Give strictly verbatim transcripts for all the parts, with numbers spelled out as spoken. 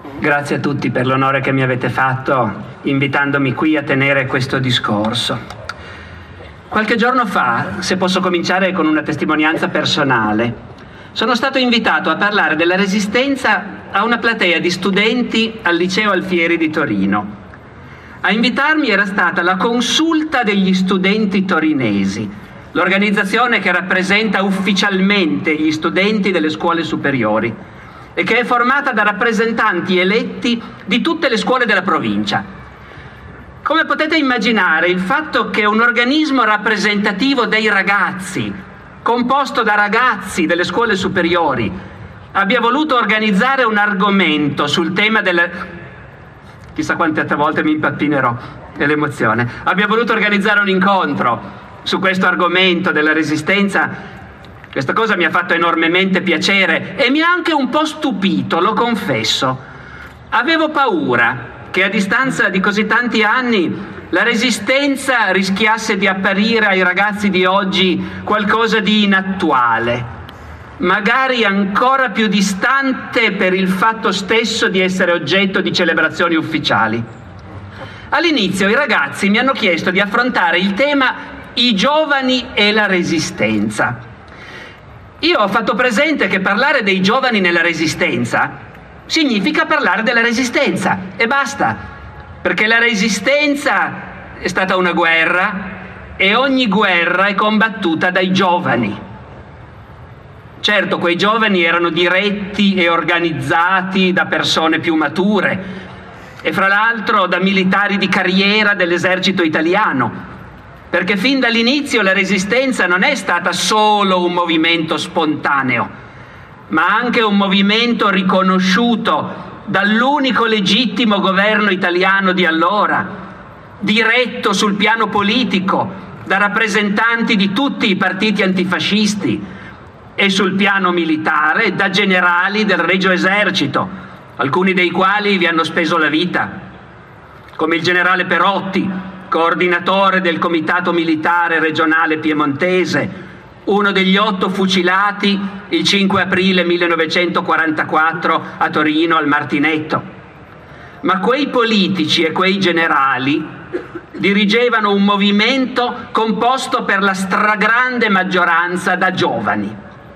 Grazie a tutti per l'onore che mi avete fatto invitandomi qui a tenere questo discorso. Qualche giorno fa, se posso cominciare con una testimonianza personale, sono stato invitato a parlare della Resistenza a una platea di studenti al Liceo Alfieri di Torino. A invitarmi era stata la Consulta degli Studenti Torinesi, l'organizzazione che rappresenta ufficialmente gli studenti delle scuole superiori e che è formata da rappresentanti eletti di tutte le scuole della provincia. Come potete immaginare, il fatto che un organismo rappresentativo dei ragazzi, composto da ragazzi delle scuole superiori, abbia voluto organizzare un argomento sul tema della... chissà quante altre volte mi impappinerò nell'emozione, abbia voluto organizzare un incontro su questo argomento della Resistenza, questa cosa mi ha fatto enormemente piacere e mi ha anche un po' stupito, lo confesso. Avevo paura che a distanza di così tanti anni la Resistenza rischiasse di apparire ai ragazzi di oggi qualcosa di inattuale, magari ancora più distante per il fatto stesso di essere oggetto di celebrazioni ufficiali. All'inizio i ragazzi mi hanno chiesto di affrontare il tema i giovani e la Resistenza. Io ho fatto presente che parlare dei giovani nella Resistenza significa parlare della Resistenza e basta, perché la Resistenza è stata una guerra e ogni guerra è combattuta dai giovani. Certo, quei giovani erano diretti e organizzati da persone più mature e fra l'altro da militari di carriera dell'esercito italiano, perché fin dall'inizio la Resistenza non è stata solo un movimento spontaneo, ma anche un movimento riconosciuto dall'unico legittimo governo italiano di allora, diretto sul piano politico da rappresentanti di tutti i partiti antifascisti e sul piano militare da generali del Regio Esercito, alcuni dei quali vi hanno speso la vita, come il generale Perotti, coordinatore del Comitato Militare Regionale Piemontese, uno degli otto fucilati il cinque aprile millenovecentoquarantaquattro a Torino al Martinetto. Ma quei politici e quei generali dirigevano un movimento composto per la stragrande maggioranza da giovani.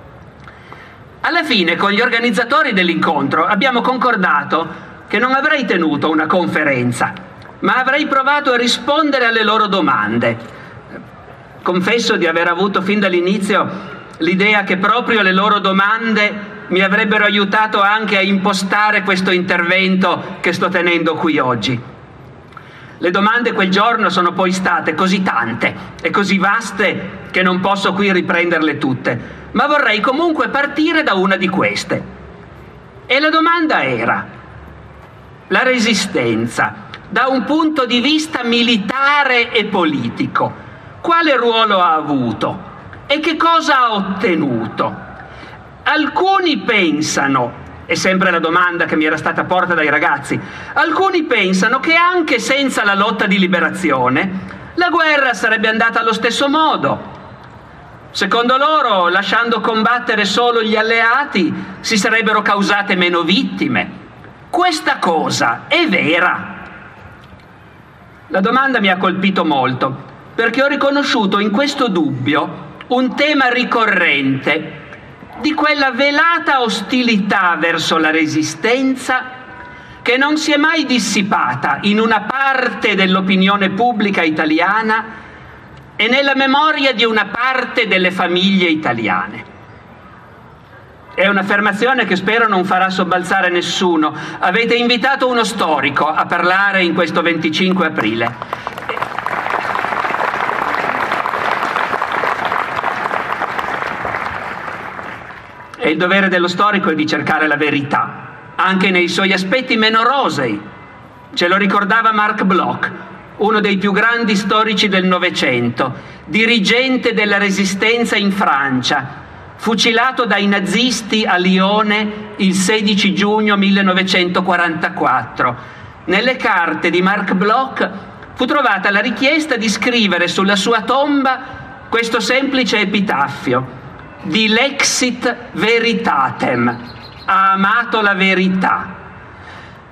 Alla fine, con gli organizzatori dell'incontro, abbiamo concordato che non avrei tenuto una conferenza, ma avrei provato a rispondere alle loro domande. Confesso di aver avuto fin dall'inizio l'idea che proprio le loro domande mi avrebbero aiutato anche a impostare questo intervento che sto tenendo qui oggi. Le domande quel giorno sono poi state così tante e così vaste che non posso qui riprenderle tutte, ma vorrei comunque partire da una di queste. E la domanda era: la Resistenza, da un punto di vista militare e politico, quale ruolo ha avuto e che cosa ha ottenuto? Alcuni pensano, è sempre la domanda che mi era stata porta dai ragazzi, alcuni pensano che anche senza la lotta di liberazione la guerra sarebbe andata allo stesso modo. Secondo loro, lasciando combattere solo gli alleati, si sarebbero causate meno vittime. Questa cosa è vera? La domanda mi ha colpito molto, perché ho riconosciuto in questo dubbio un tema ricorrente di quella velata ostilità verso la Resistenza che non si è mai dissipata in una parte dell'opinione pubblica italiana e nella memoria di una parte delle famiglie italiane. È un'affermazione che spero non farà sobbalzare nessuno. Avete invitato uno storico a parlare in questo venticinque aprile. E il dovere dello storico è di cercare la verità, anche nei suoi aspetti meno rosei. Ce lo ricordava Marc Bloch, uno dei più grandi storici del Novecento, dirigente della Resistenza in Francia, fucilato dai nazisti a Lione il sedici giugno millenovecentoquarantaquattro. Nelle carte di Marc Bloch fu trovata la richiesta di scrivere sulla sua tomba questo semplice epitaffio: Dilexit veritatem, ha amato la verità.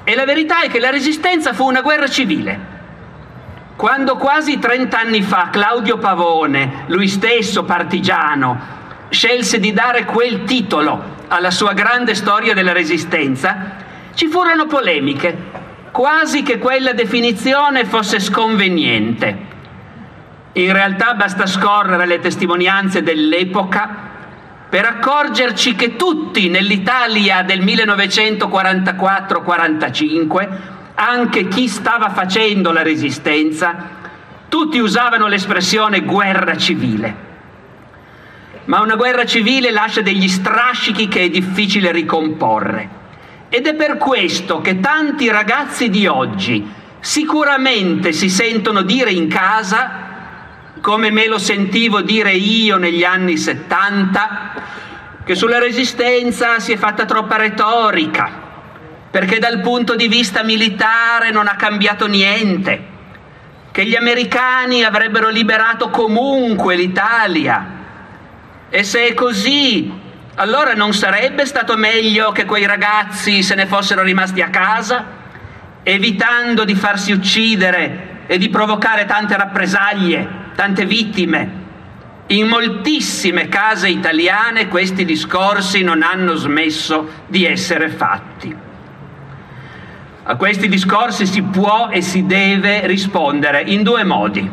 E la verità è che la Resistenza fu una guerra civile. Quando quasi trent'anni fa Claudio Pavone, lui stesso partigiano, scelse di dare quel titolo alla sua grande storia della Resistenza, ci furono polemiche, quasi che quella definizione fosse sconveniente. In realtà basta scorrere le testimonianze dell'epoca per accorgerci che tutti nell'Italia del millenovecentoquarantaquattro quarantacinque, anche chi stava facendo la Resistenza, tutti usavano l'espressione guerra civile. Ma una guerra civile lascia degli strascichi che è difficile ricomporre. Ed è per questo che tanti ragazzi di oggi sicuramente si sentono dire in casa, come me lo sentivo dire io negli anni settanta, che sulla Resistenza si è fatta troppa retorica, perché dal punto di vista militare non ha cambiato niente, che gli americani avrebbero liberato comunque l'Italia. E se è così, allora non sarebbe stato meglio che quei ragazzi se ne fossero rimasti a casa, evitando di farsi uccidere e di provocare tante rappresaglie, tante vittime? In moltissime case italiane questi discorsi non hanno smesso di essere fatti. A questi discorsi si può e si deve rispondere in due modi.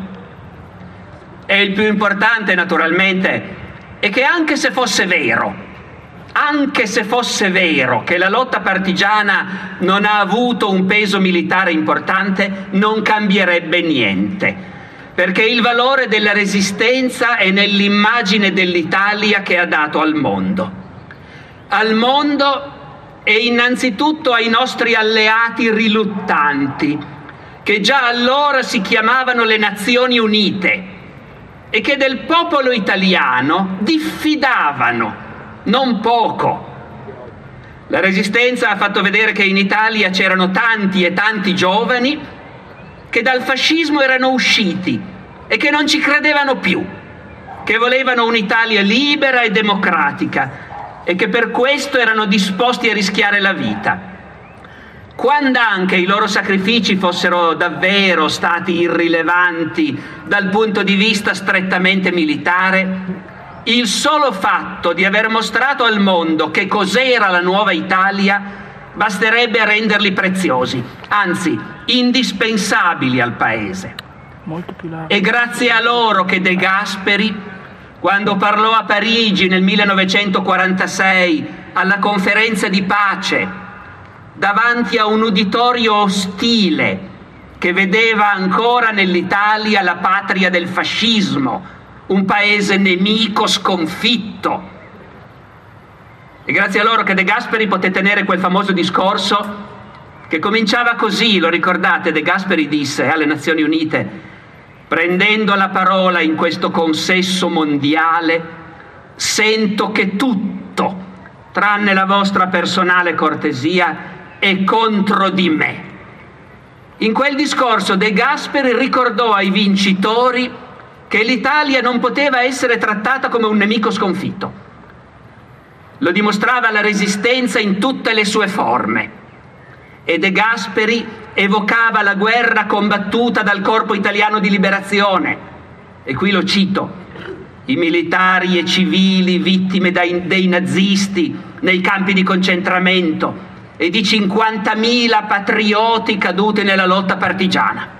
E il più importante, naturalmente, è che anche se fosse vero, anche se fosse vero che la lotta partigiana non ha avuto un peso militare importante, non cambierebbe niente, perché il valore della Resistenza è nell'immagine dell'Italia che ha dato al mondo. Al mondo e innanzitutto ai nostri alleati riluttanti, che già allora si chiamavano le Nazioni Unite e che del popolo italiano diffidavano non poco. La Resistenza ha fatto vedere che in Italia c'erano tanti e tanti giovani che dal fascismo erano usciti e che non ci credevano più, che volevano un'Italia libera e democratica e che per questo erano disposti a rischiare la vita. Quando anche i loro sacrifici fossero davvero stati irrilevanti dal punto di vista strettamente militare, il solo fatto di aver mostrato al mondo che cos'era la nuova Italia basterebbe a renderli preziosi, anzi indispensabili al Paese. Molto più largo. E grazie a loro che De Gasperi, quando parlò a Parigi nel millenovecentoquarantasei alla conferenza di pace, davanti a un uditorio ostile che vedeva ancora nell'Italia la patria del fascismo, un paese nemico sconfitto. E grazie a loro che De Gasperi poté tenere quel famoso discorso che cominciava così, lo ricordate? De Gasperi disse alle Nazioni Unite, prendendo la parola in questo consesso mondiale: sento che tutto, tranne la vostra personale cortesia, è contro di me. In quel discorso De Gasperi ricordò ai vincitori che l'Italia non poteva essere trattata come un nemico sconfitto. Lo dimostrava la Resistenza in tutte le sue forme. E De Gasperi evocava la guerra combattuta dal Corpo Italiano di Liberazione. E qui lo cito: i militari e civili vittime dai, dei nazisti nei campi di concentramento e di cinquantamila patrioti caduti nella lotta partigiana.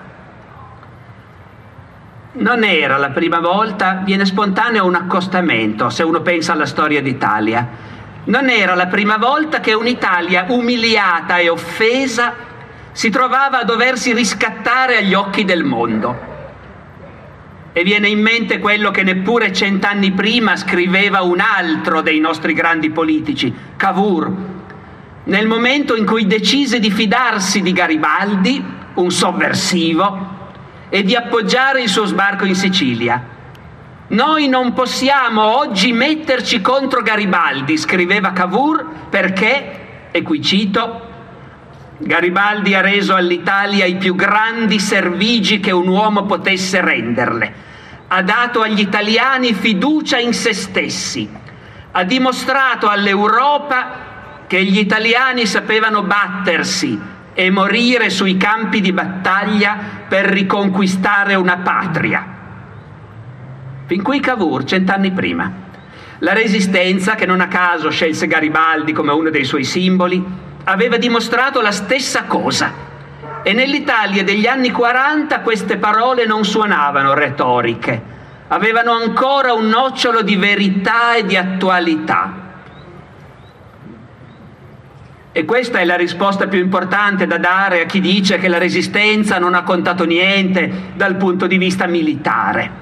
Non era la prima volta, viene spontaneo un accostamento se uno pensa alla storia d'Italia, non era la prima volta che un'Italia umiliata e offesa si trovava a doversi riscattare agli occhi del mondo. E viene in mente quello che neppure cent'anni prima scriveva un altro dei nostri grandi politici, Cavour, nel momento in cui decise di fidarsi di Garibaldi, un sovversivo, e di appoggiare il suo sbarco in Sicilia. Noi non possiamo oggi metterci contro Garibaldi, scriveva Cavour, perché, e qui cito, Garibaldi ha reso all'Italia i più grandi servigi che un uomo potesse renderle. Ha dato agli italiani fiducia in se stessi. Ha dimostrato all'Europa che gli italiani sapevano battersi e morire sui campi di battaglia per riconquistare una patria. Fin qui Cavour, cent'anni prima. La Resistenza, che non a caso scelse Garibaldi come uno dei suoi simboli, aveva dimostrato la stessa cosa. E nell'Italia degli anni quaranta queste parole non suonavano retoriche, avevano ancora un nocciolo di verità e di attualità. E questa è la risposta più importante da dare a chi dice che la Resistenza non ha contato niente dal punto di vista militare.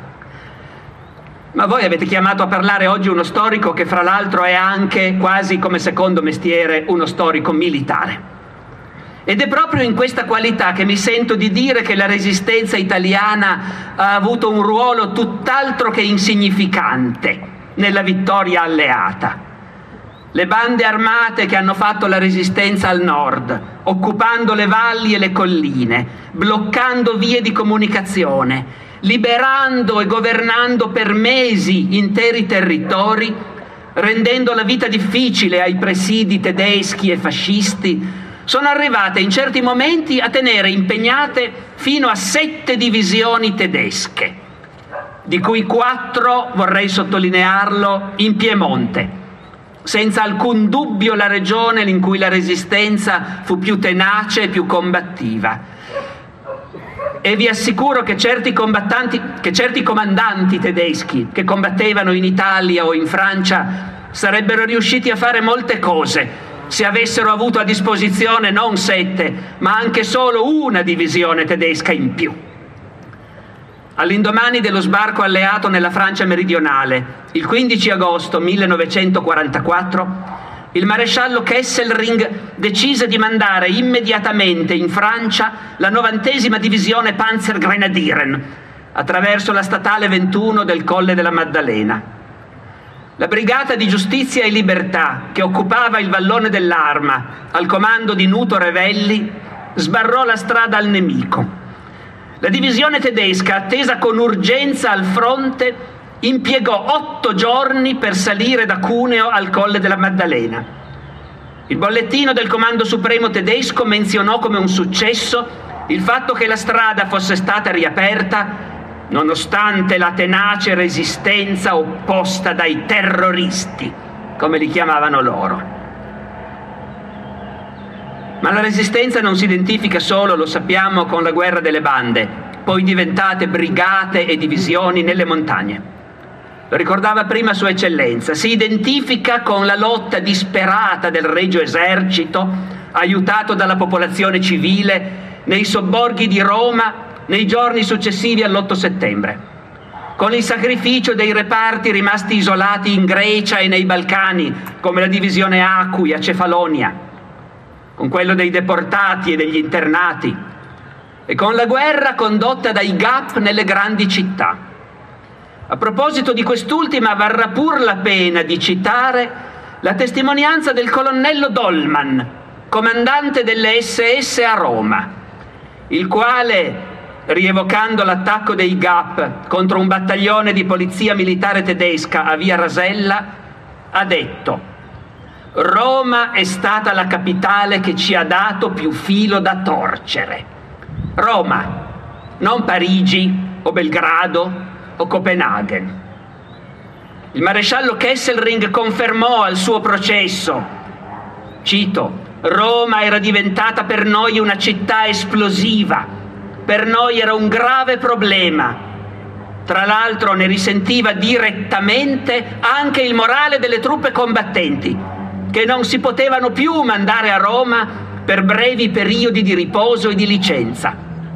Ma voi avete chiamato a parlare oggi uno storico che fra l'altro è anche, quasi come secondo mestiere, uno storico militare. Ed è proprio in questa qualità che mi sento di dire che la Resistenza italiana ha avuto un ruolo tutt'altro che insignificante nella vittoria alleata. Le bande armate che hanno fatto la Resistenza al nord, occupando le valli e le colline, bloccando vie di comunicazione, liberando e governando per mesi interi territori, rendendo la vita difficile ai presidi tedeschi e fascisti, sono arrivate in certi momenti a tenere impegnate fino a sette divisioni tedesche, di cui quattro, vorrei sottolinearlo, in Piemonte. Senza alcun dubbio la regione in cui la Resistenza fu più tenace e più combattiva. E vi assicuro che certi combattanti, che certi comandanti tedeschi che combattevano in Italia o in Francia sarebbero riusciti a fare molte cose se avessero avuto a disposizione non sette, ma anche solo una divisione tedesca in più. All'indomani dello sbarco alleato nella Francia meridionale, il quindici agosto millenovecentoquarantaquattro, il maresciallo Kesselring decise di mandare immediatamente in Francia la novantesima divisione Panzergrenadieren attraverso la statale ventuno del Colle della Maddalena. La Brigata di Giustizia e Libertà, che occupava il vallone dell'Arma al comando di Nuto Revelli, sbarrò la strada al nemico. La divisione tedesca, attesa con urgenza al fronte, impiegò otto giorni per salire da Cuneo al Colle della Maddalena. Il bollettino del Comando Supremo tedesco menzionò come un successo il fatto che la strada fosse stata riaperta nonostante la tenace resistenza opposta dai terroristi, come li chiamavano loro. Ma la Resistenza non si identifica solo, lo sappiamo, con la guerra delle bande, poi diventate brigate e divisioni nelle montagne. Lo ricordava prima Sua Eccellenza, si identifica con la lotta disperata del Regio Esercito, aiutato dalla popolazione civile, nei sobborghi di Roma nei giorni successivi all'otto settembre, con il sacrificio dei reparti rimasti isolati in Grecia e nei Balcani, come la divisione Acqui a Cefalonia, con quello dei deportati e degli internati, e con la guerra condotta dai G A P nelle grandi città. A proposito di quest'ultima, varrà pur la pena di citare la testimonianza del colonnello Dollmann, comandante delle S S a Roma, il quale, rievocando l'attacco dei G A P contro un battaglione di polizia militare tedesca a Via Rasella, ha detto: Roma è stata la capitale che ci ha dato più filo da torcere. Roma, non Parigi o Belgrado o Copenaghen. Il maresciallo Kesselring confermò al suo processo, cito: Roma era diventata per noi una città esplosiva. Per noi era un grave problema. Tra l'altro ne risentiva direttamente anche il morale delle truppe combattenti, che non si potevano più mandare a Roma per brevi periodi di riposo e di licenza.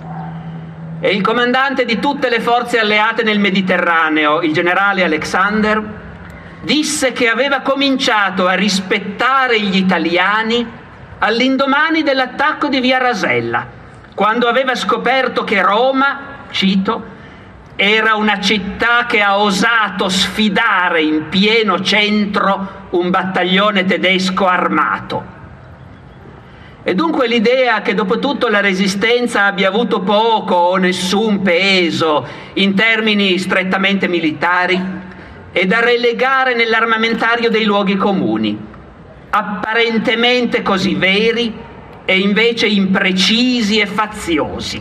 E il comandante di tutte le forze alleate nel Mediterraneo, il generale Alexander, disse che aveva cominciato a rispettare gli italiani all'indomani dell'attacco di Via Rasella, quando aveva scoperto che Roma, cito, era una città che ha osato sfidare in pieno centro un battaglione tedesco armato. E dunque l'idea che dopo tutto la Resistenza abbia avuto poco o nessun peso in termini strettamente militari è da relegare nell'armamentario dei luoghi comuni, apparentemente così veri, e invece imprecisi e faziosi.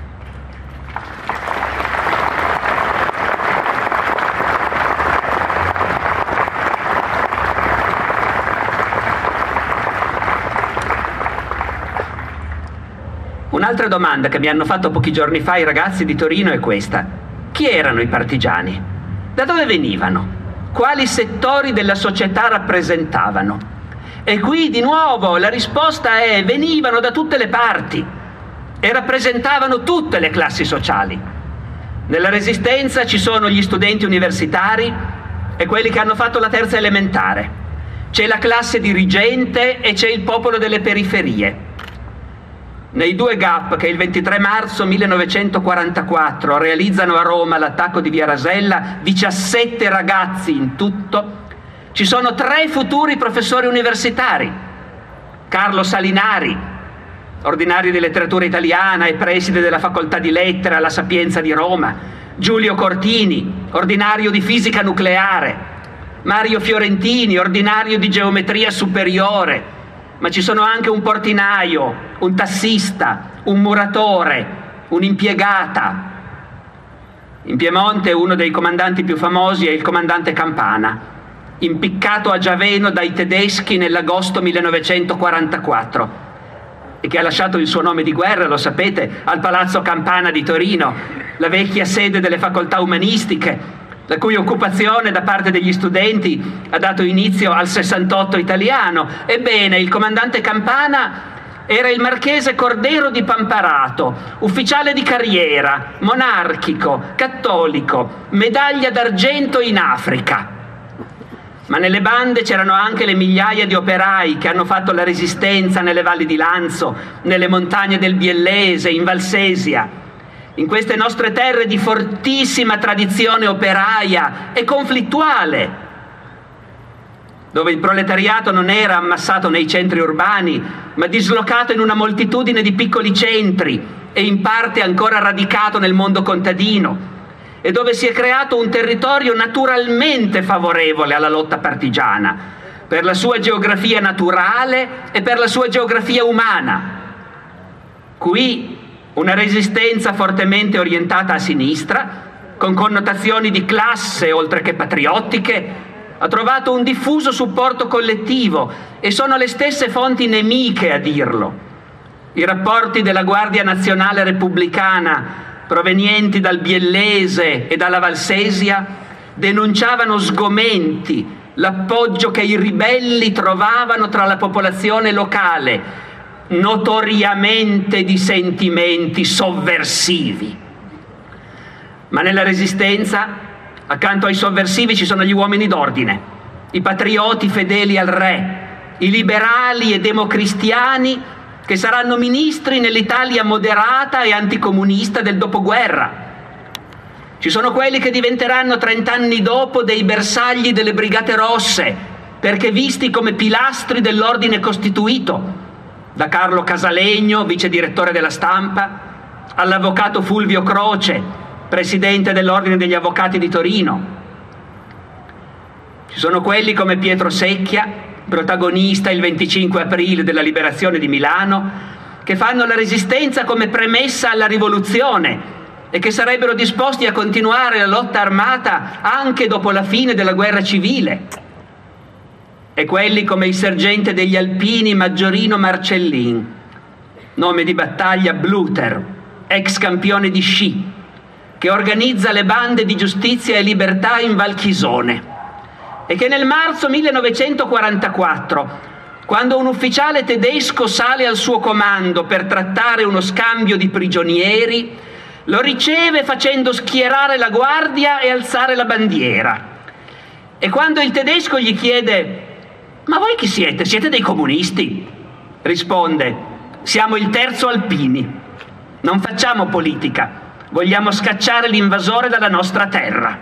Un'altra domanda che mi hanno fatto pochi giorni fa i ragazzi di Torino è questa: chi erano i partigiani? Da dove venivano? Quali settori della società rappresentavano? E qui di nuovo la risposta è: venivano da tutte le parti e rappresentavano tutte le classi sociali. Nella Resistenza ci sono gli studenti universitari e quelli che hanno fatto la terza elementare, c'è la classe dirigente e c'è il popolo delle periferie. Nei due G A P che il ventitré marzo millenovecentoquarantaquattro realizzano a Roma l'attacco di Via Rasella, diciassette ragazzi in tutto, ci sono tre futuri professori universitari: Carlo Salinari, ordinario di letteratura italiana e preside della facoltà di lettere alla Sapienza di Roma; Giulio Cortini, ordinario di fisica nucleare; Mario Fiorentini, ordinario di geometria superiore. Ma ci sono anche un portinaio, un tassista, un muratore, un'impiegata. In Piemonte uno dei comandanti più famosi è il comandante Campana, impiccato a Giaveno dai tedeschi nell'agosto millenovecentoquarantaquattro e che ha lasciato il suo nome di guerra, lo sapete, al Palazzo Campana di Torino, la vecchia sede delle facoltà umanistiche, la cui occupazione da parte degli studenti ha dato inizio al sessantotto italiano. Ebbene, il comandante Campana era il marchese Cordero di Pamparato, ufficiale di carriera, monarchico, cattolico, medaglia d'argento in Africa. Ma nelle bande c'erano anche le migliaia di operai che hanno fatto la resistenza nelle valli di Lanzo, nelle montagne del Biellese, in Valsesia, in queste nostre terre di fortissima tradizione operaia e conflittuale, dove il proletariato non era ammassato nei centri urbani, ma dislocato in una moltitudine di piccoli centri e in parte ancora radicato nel mondo contadino, e dove si è creato un territorio naturalmente favorevole alla lotta partigiana, per la sua geografia naturale e per la sua geografia umana. Qui una resistenza fortemente orientata a sinistra, con connotazioni di classe oltre che patriottiche, ha trovato un diffuso supporto collettivo e sono le stesse fonti nemiche a dirlo. I rapporti della Guardia Nazionale Repubblicana provenienti dal Biellese e dalla Valsesia denunciavano sgomenti, l'appoggio che i ribelli trovavano tra la popolazione locale, notoriamente di sentimenti sovversivi. Ma nella Resistenza, accanto ai sovversivi, ci sono gli uomini d'ordine, i patrioti fedeli al re, i liberali e democristiani che saranno ministri nell'Italia moderata e anticomunista del dopoguerra. Ci sono quelli che diventeranno trent'anni dopo dei bersagli delle Brigate Rosse, perché visti come pilastri dell'ordine costituito, da Carlo Casalegno, vice direttore della Stampa, all'avvocato Fulvio Croce, presidente dell'Ordine degli Avvocati di Torino. Ci sono quelli come Pietro Secchia, protagonista il venticinque aprile della liberazione di Milano, che fanno la resistenza come premessa alla rivoluzione e che sarebbero disposti a continuare la lotta armata anche dopo la fine della guerra civile. E quelli come il sergente degli Alpini Maggiorino Marcellin, nome di battaglia Bluter, ex campione di sci, che organizza le bande di giustizia e libertà in Val Chisone e che nel marzo millenovecentoquarantaquattro, quando un ufficiale tedesco sale al suo comando per trattare uno scambio di prigionieri, lo riceve facendo schierare la guardia e alzare la bandiera. E quando il tedesco gli chiede: «Ma voi chi siete? Siete dei comunisti?» risponde: «Siamo il terzo Alpini. Non facciamo politica. Vogliamo scacciare l'invasore dalla nostra terra».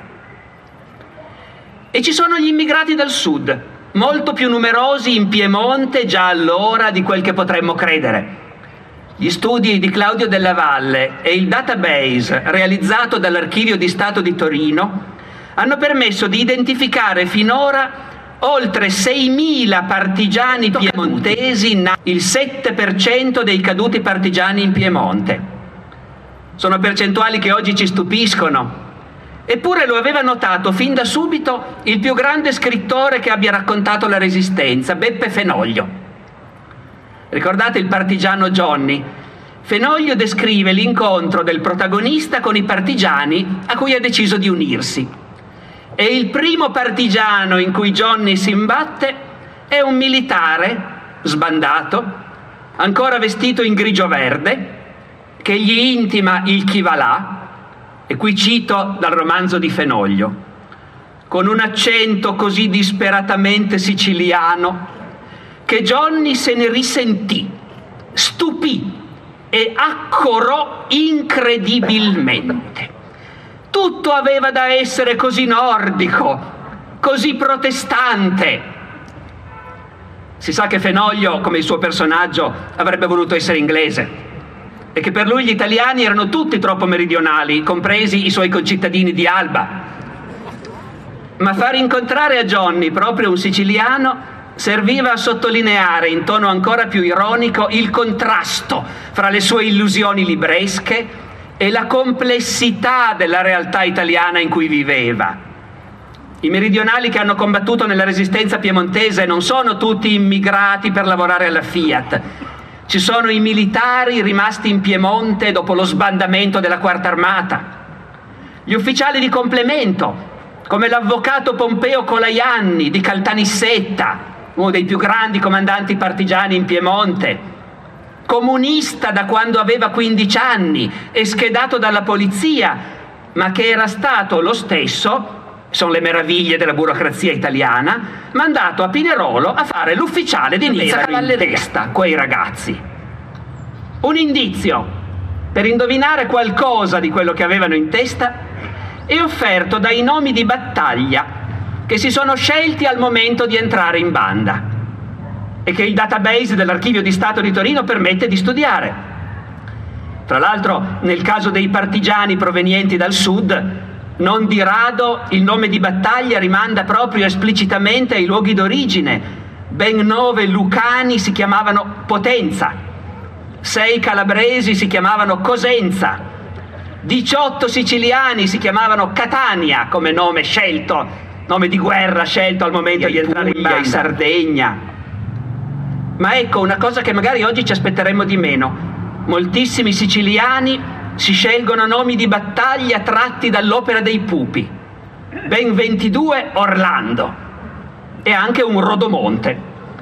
E ci sono gli immigrati dal sud, molto più numerosi in Piemonte già allora di quel che potremmo credere. Gli studi di Claudio Della Valle e il database realizzato dall'Archivio di Stato di Torino hanno permesso di identificare finora oltre seimila partigiani piemontesi, il sette per cento dei caduti partigiani in Piemonte. Sono percentuali che oggi ci stupiscono. Eppure lo aveva notato fin da subito il più grande scrittore che abbia raccontato la Resistenza, Beppe Fenoglio. Ricordate il partigiano Johnny? Fenoglio descrive l'incontro del protagonista con i partigiani a cui ha deciso di unirsi. E il primo partigiano in cui Johnny si imbatte è un militare sbandato, ancora vestito in grigio-verde, che gli intima il chi va là, e qui cito dal romanzo di Fenoglio, con un accento così disperatamente siciliano che Johnny se ne risentì, stupì e accorò incredibilmente. Tutto aveva da essere così nordico, così protestante. Si sa che Fenoglio, come il suo personaggio, avrebbe voluto essere inglese e che per lui gli italiani erano tutti troppo meridionali, compresi i suoi concittadini di Alba. Ma far incontrare a Johnny proprio un siciliano serviva a sottolineare in tono ancora più ironico il contrasto fra le sue illusioni libresche e la complessità della realtà italiana in cui viveva. I meridionali che hanno combattuto nella resistenza piemontese non sono tutti immigrati per lavorare alla Fiat. Ci sono i militari rimasti in Piemonte dopo lo sbandamento della Quarta Armata, gli ufficiali di complemento, come l'avvocato Pompeo Colaianni di Caltanissetta, uno dei più grandi comandanti partigiani in Piemonte, comunista da quando aveva quindici anni e schedato dalla polizia, ma che era stato lo stesso, sono le meraviglie della burocrazia italiana, mandato a Pinerolo a fare l'ufficiale di inizio cavalleria. Quei ragazzi. Un indizio per indovinare qualcosa di quello che avevano in testa è offerto dai nomi di battaglia che si sono scelti al momento di entrare in banda e che il database dell'Archivio di Stato di Torino permette di studiare. Tra l'altro, nel caso dei partigiani provenienti dal sud, non di rado il nome di battaglia rimanda proprio esplicitamente ai luoghi d'origine. Ben nove lucani si chiamavano Potenza, sei calabresi si chiamavano Cosenza, diciotto siciliani si chiamavano Catania come nome scelto, nome di guerra scelto al momento di entrare in banda, Sardegna. Ma ecco una cosa che magari oggi ci aspetteremmo di meno: moltissimi siciliani si scelgono nomi di battaglia tratti dall'Opera dei Pupi, ben ventidue Orlando e anche un Rodomonte.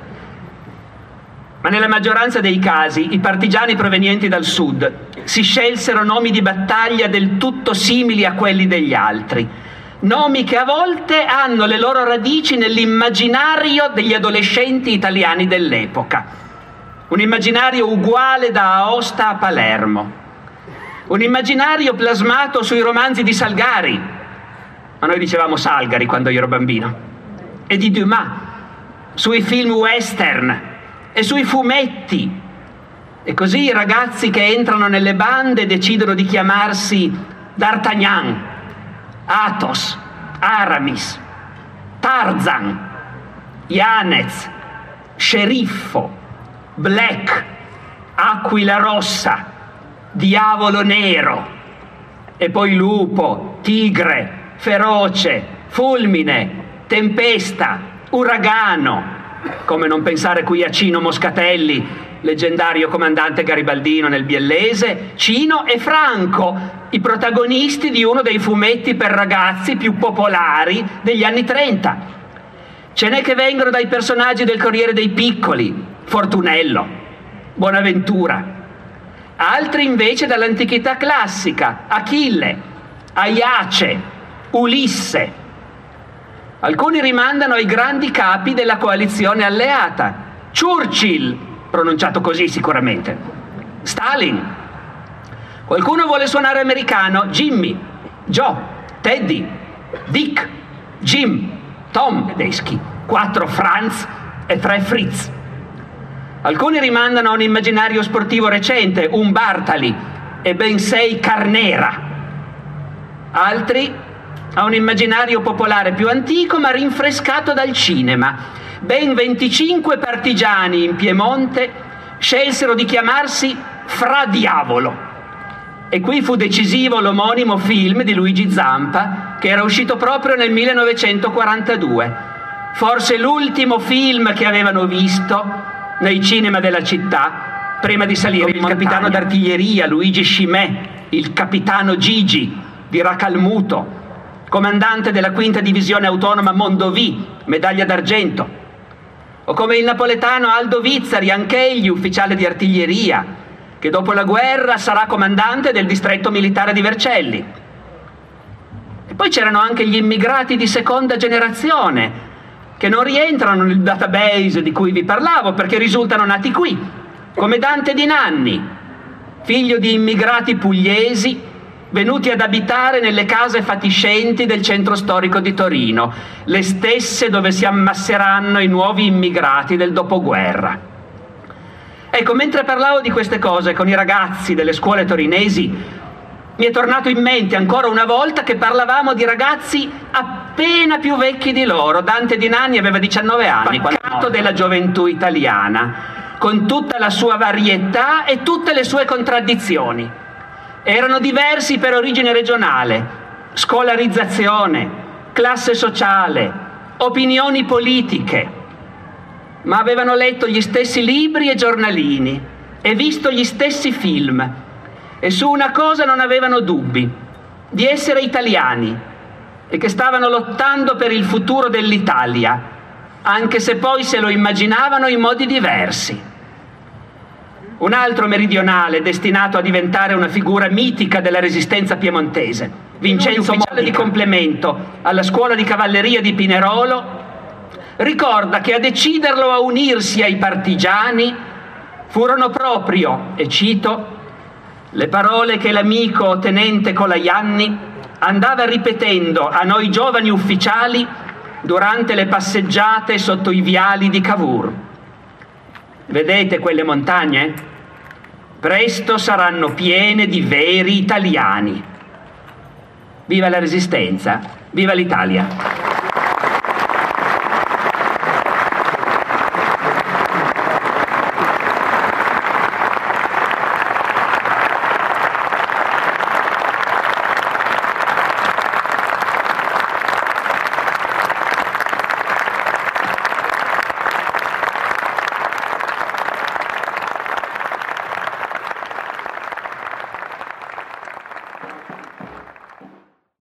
Ma nella maggioranza dei casi i partigiani provenienti dal sud si scelsero nomi di battaglia del tutto simili a quelli degli altri, nomi che a volte hanno le loro radici nell'immaginario degli adolescenti italiani dell'epoca, un immaginario uguale da Aosta a Palermo, un immaginario plasmato sui romanzi di Salgari, ma noi dicevamo Salgari quando io ero bambino, e di Dumas, sui film western e sui fumetti. E così i ragazzi che entrano nelle bande decidono di chiamarsi D'Artagnan, Athos, Aramis, Tarzan, Yanez, Sceriffo, Black, Aquila Rossa, Diavolo Nero, e poi Lupo, Tigre, Feroce, Fulmine, Tempesta, Uragano, come non pensare qui a Cino Moscatelli, leggendario comandante garibaldino nel Biellese, Cino e Franco, i protagonisti di uno dei fumetti per ragazzi più popolari degli anni trenta. Ce n'è che vengono dai personaggi del Corriere dei Piccoli, Fortunello, Bonaventura, altri invece dall'antichità classica, Achille, Aiace, Ulisse. Alcuni rimandano ai grandi capi della coalizione alleata, Churchill, pronunciato così sicuramente, Stalin. Qualcuno vuole suonare americano, Jimmy, Joe, Teddy, Dick, Jim, Tom tedeschi, quattro Franz e tre Fritz. Alcuni rimandano a un immaginario sportivo recente, un Bartali e ben sei Carnera. Altri a un immaginario popolare più antico ma rinfrescato dal cinema. Ben venticinque partigiani in Piemonte scelsero di chiamarsi Fra Diavolo. E qui fu decisivo l'omonimo film di Luigi Zampa, che era uscito proprio nel millenovecentoquarantadue. Forse l'ultimo film che avevano visto nei cinema della città, prima di salire il capitano d'artiglieria Luigi Scimè, il capitano Gigi di Racalmuto, comandante della quinta divisione autonoma Mondovì, medaglia d'argento, o come il napoletano Aldo Vizzari, anch'egli ufficiale di artiglieria, che dopo la guerra sarà comandante del distretto militare di Vercelli. E poi c'erano anche gli immigrati di seconda generazione, che non rientrano nel database di cui vi parlavo, perché risultano nati qui, come Dante Di Nanni, figlio di immigrati pugliesi, venuti ad abitare nelle case fatiscenti del centro storico di Torino, le stesse dove si ammasseranno i nuovi immigrati del dopoguerra. Ecco, mentre parlavo di queste cose con i ragazzi delle scuole torinesi, mi è tornato in mente ancora una volta che parlavamo di ragazzi appena più vecchi di loro. Dante Di Nanni aveva diciannove anni, paccato della gioventù italiana, con tutta la sua varietà e tutte le sue contraddizioni. Erano diversi per origine regionale, scolarizzazione, classe sociale, opinioni politiche, ma avevano letto gli stessi libri e giornalini e visto gli stessi film, e su una cosa non avevano dubbi: di essere italiani e che stavano lottando per il futuro dell'Italia, anche se poi se lo immaginavano in modi diversi. Un altro meridionale destinato a diventare una figura mitica della resistenza piemontese, Vincenzo Modica, di complemento alla scuola di cavalleria di Pinerolo, ricorda che a deciderlo a unirsi ai partigiani furono proprio, e cito, le parole che l'amico tenente Colaianni andava ripetendo a noi giovani ufficiali durante le passeggiate sotto i viali di Cavour. Vedete quelle montagne? Presto saranno piene di veri italiani. Viva la Resistenza, viva l'Italia!